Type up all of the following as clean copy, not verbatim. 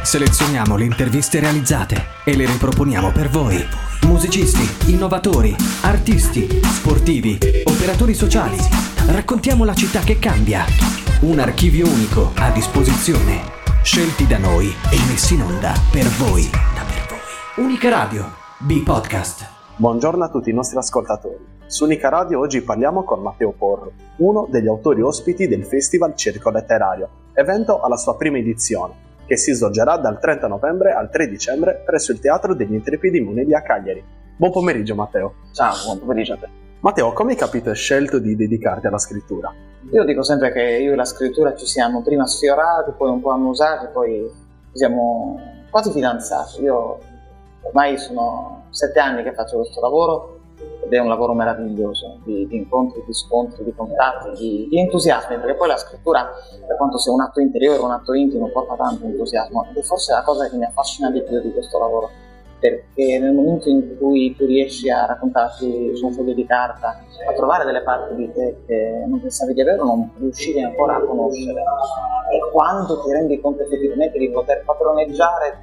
Selezioniamo le interviste realizzate e le riproponiamo per voi. Musicisti, innovatori, artisti, sportivi, operatori sociali. Raccontiamo la città che cambia. Un archivio unico a disposizione. Scelti da noi e messi in onda per voi. Unica Radio, B-Podcast. Buongiorno a tutti i nostri ascoltatori. Su Unica Radio oggi parliamo con Matteo Porro, uno degli autori ospiti del Festival Circo Letterario, evento alla sua prima edizione, che si svolgerà dal 30 novembre al 3 dicembre presso il Teatro degli Intrepidi Monelli a Cagliari. Buon pomeriggio Matteo. Ciao, buon pomeriggio a te. Matteo, come hai capito e scelto di dedicarti alla scrittura? Io dico sempre che io e la scrittura ci siamo prima sfiorati, poi un po' annusati, poi ci siamo quasi fidanzati. Io ormai sono 7 anni che faccio questo lavoro ed è un lavoro meraviglioso, di incontri, di scontri, di contatti, di entusiasmi, perché poi la scrittura, per quanto sia un atto interiore, un atto intimo, porta tanto entusiasmo ed è forse la cosa che mi affascina di più di questo lavoro, perché nel momento in cui tu riesci a raccontarti su un foglio di carta, a trovare delle parti di te che non pensavi di avere o non riuscivi ancora a conoscere, e quando ti rendi conto effettivamente di poter padroneggiare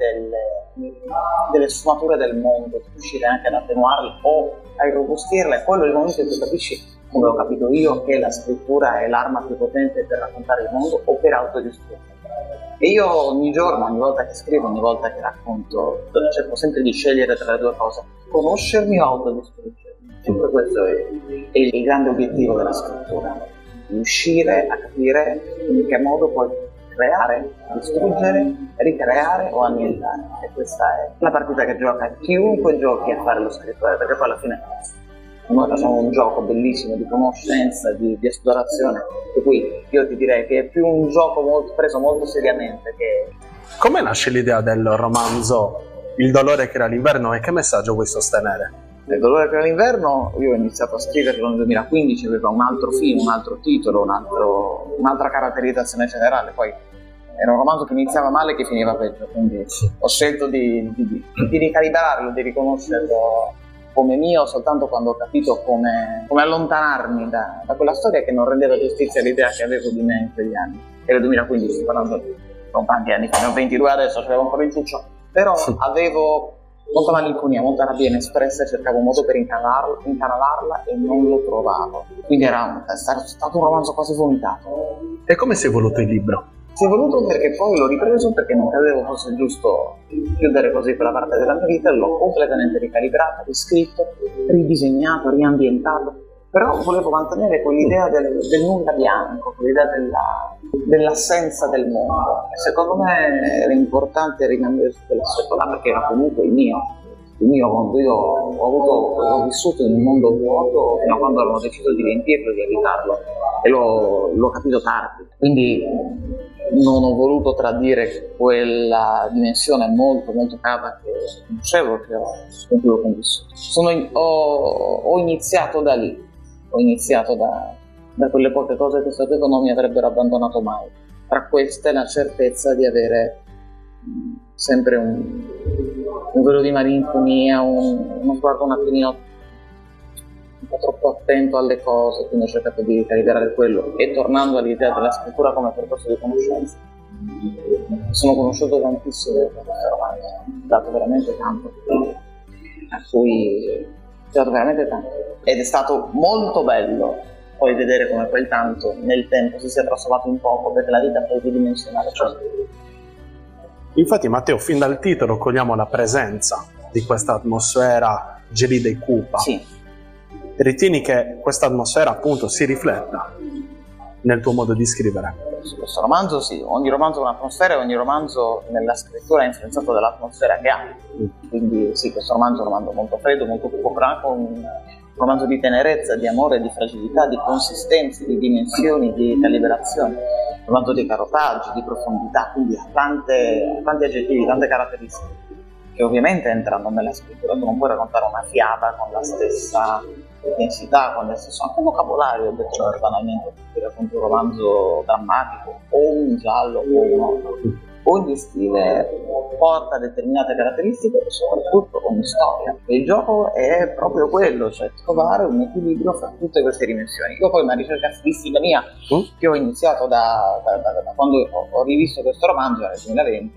delle sfumature del mondo, riuscire anche ad attenuarle o a irrobustirle, quello è il momento in cui capisci, come ho capito io, che la scrittura è l'arma più potente per raccontare il mondo o per autodistruggere. E io ogni giorno, ogni volta che scrivo, ogni volta che racconto, cerco sempre di scegliere tra le due cose: conoscermi o autodistruggermi. Sempre questo è il grande obiettivo della scrittura: riuscire a capire in che modo puoi creare, distruggere, ricreare o annientare. E questa è la partita che gioca chiunque giochi a fare lo scrittore, perché poi alla fine noi facciamo un gioco bellissimo di conoscenza, di esplorazione, e qui io ti direi che è più un gioco preso molto seriamente che... Come nasce l'idea del romanzo Il dolore che era l'inverno e che messaggio vuoi sostenere? Il dolore che era l'inverno, io ho iniziato a scriverlo nel 2015, aveva un altro film, un altro titolo, un'altra caratterizzazione generale, poi era un romanzo che iniziava male e che finiva peggio, quindi ho scelto di ricalibrarlo, di riconoscerlo come mio soltanto quando ho capito come allontanarmi da quella storia che non rendeva giustizia all'idea che avevo di me in quegli anni. Era il 2015, sto parlando non tanti anni fa, ne ho 22 adesso, c'avevo ancora il ciuccio, però avevo molta malinconia, molta rabbia inespressa e cercavo un modo per incanalarla e non lo trovavo. Quindi è stato un romanzo quasi vomitato. E come si è evoluto il libro? Si è voluto perché poi l'ho ripreso, perché non credevo fosse giusto chiudere così quella parte della mia vita, l'ho completamente ricalibrato, riscritto, ridisegnato, riambientato, però volevo mantenere quell'idea del nulla bianco, quell'idea dell'assenza del mondo. E secondo me era importante rimanere su quell'aspetto là, perché era comunque il mio mondo. Io ho vissuto in un mondo vuoto fino a quando avevo deciso di riempirlo, di abitarlo, e l'ho capito tardi. Quindi non ho voluto tradire quella dimensione molto molto cara che conoscevo, con cui ho convissuto. Ho iniziato da lì, ho iniziato da quelle poche cose che sapevo non mi avrebbero abbandonato mai. Tra queste la certezza di avere sempre un velo di malinconia, uno sguardo un attimino un po' troppo attento alle cose, quindi ho cercato di ricalibrare quello, e tornando all'idea della scrittura come percorso di conoscenza. Sono conosciuto tantissimo da questo romanzo, ho dato veramente tanto, a cui ho dato veramente tanto, ed è stato molto bello poi vedere come quel tanto nel tempo si sia trasformato in poco, perché la vita è bidimensionale. Infatti Matteo, fin dal titolo cogliamo la presenza di questa atmosfera gelida e cupa. Sì. Ritieni che questa atmosfera appunto si rifletta nel tuo modo di scrivere? Su questo romanzo sì, ogni romanzo ha un'atmosfera e ogni romanzo nella scrittura è influenzato dall'atmosfera che ha. Quindi sì, questo romanzo è un romanzo molto freddo, molto cupo, però anche un romanzo di tenerezza, di amore, di fragilità, di consistenze, di dimensioni, di calibrazione. Un romanzo di carotaggi, di profondità, quindi ha tanti aggettivi, tante caratteristiche che ovviamente entrano nella scrittura. Tu non puoi raccontare una fiaba con la stessa intensità, con lo stesso anche vocabolario, detto banalmente, ti racconti un romanzo drammatico o un giallo o un horror. Ogni stile porta determinate caratteristiche e soprattutto ogni storia. E il gioco è proprio quello, cioè trovare un equilibrio fra tutte queste dimensioni. Io poi una ricerca stilistica mia, che ho iniziato da quando ho rivisto questo romanzo nel 2020,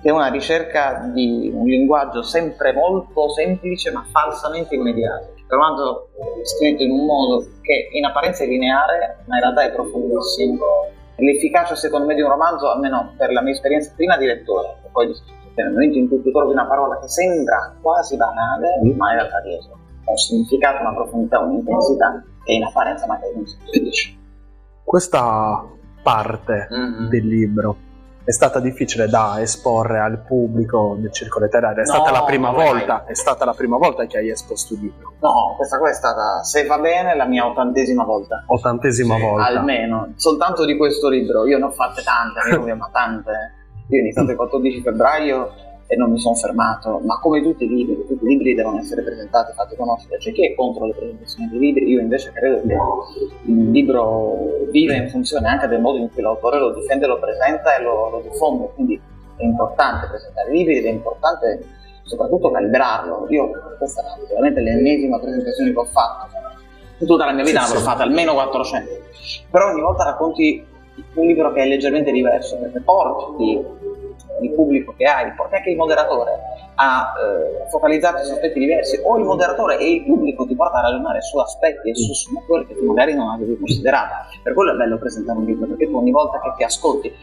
che è una ricerca di un linguaggio sempre molto semplice ma falsamente immediato, trovando scritto in un modo che in apparenza è lineare ma in realtà è profondissimo. L'efficacia secondo me di un romanzo, almeno per la mia esperienza prima di lettore e poi di scrittura, nel momento in cui tu trovi una parola che sembra quasi banale ma in realtà dietro ha un significato, una profondità, un'intensità che in apparenza magari non si capisce. Questa parte del libro è stata difficile da esporre al pubblico del circolo letterario? È stata la prima volta? È stata la prima volta che hai esposto il libro? No, questa è stata, se va bene, la mia 80ª volta. 80ª volta? Almeno, soltanto di questo libro. Io ne ho fatte tante, ma tante. Io ho iniziato il 14 febbraio e non mi sono fermato, ma come tutti i libri devono essere presentati, fatti conoscere. C'è chi è contro le presentazioni dei libri, io invece credo che il libro vive in funzione anche del modo in cui l'autore lo difende, lo presenta e lo diffonde, quindi è importante presentare i libri ed è importante soprattutto calibrarlo. Io questa è veramente l'ennesima presentazione che ho fatto, in tutta la mia vita ne avrò fatte almeno 400, però ogni volta racconti un libro che è leggermente diverso, perché porti il pubblico che hai, porti anche il moderatore a focalizzarti su aspetti diversi, o il moderatore e il pubblico ti porta a ragionare su aspetti e su sfumature che tu magari non avevi considerato. Per quello è bello presentare un libro, perché tu ogni volta che ti ascolti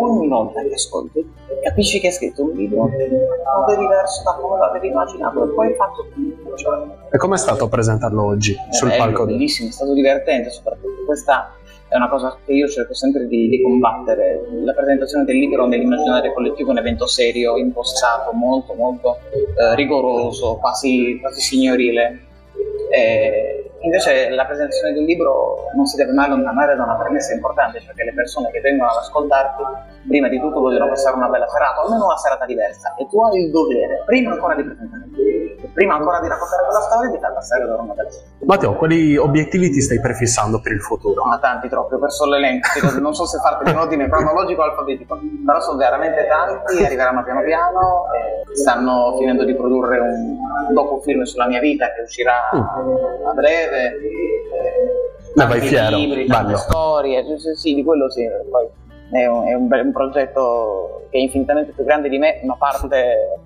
capisci che hai scritto un libro un po' diverso da come l'avevi immaginato e poi hai fatto tutto. E com'è stato presentarlo oggi sul palco? È bellissimo, è stato divertente soprattutto. Questa è una cosa che io cerco sempre di combattere. La presentazione del libro nell'immaginario collettivo è un evento serio, impostato, molto molto rigoroso, quasi signorile. Invece la presentazione del libro non si deve mai allontanare da una premessa importante, perché le persone che vengono ad ascoltarti prima di tutto vogliono passare una bella serata, o almeno una serata diversa, e tu hai il dovere, prima ancora di presentare il libro, prima ancora di raccontare quella storia, di farla passare da una bella serata. Matteo, quali obiettivi ti stai prefissando per il futuro? Ma tanti, troppi, ho perso l'elenco, non so se farti in ordine cronologico o alfabetico, però sono veramente tanti, arriveranno piano piano, stanno finendo di produrre un docufilm sulla mia vita che uscirà a breve. Vai fiero, libri, tante storie, sì, di quello sì. Poi è un progetto che è infinitamente più grande di me, ma parte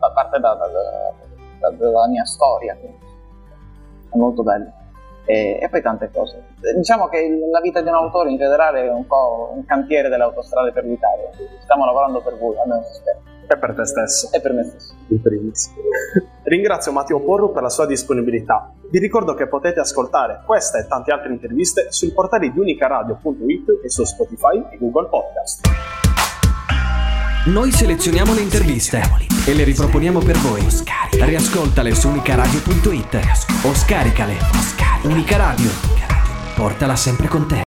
dalla mia storia, è molto bello. E poi tante cose. Diciamo che la vita di un autore in generale è un po' un cantiere delle autostrade per l'Italia. Stiamo lavorando per voi, almeno si spera. E per te stesso. E per me stesso. In primis. Ringrazio Matteo Porro per la sua disponibilità. Vi ricordo che potete ascoltare questa e tante altre interviste sul portale di unicaradio.it e su Spotify e Google Podcast. Noi selezioniamo le interviste e le riproponiamo per voi. Riascoltale su unicaradio.it o scaricale. Unica Radio. Portala sempre con te.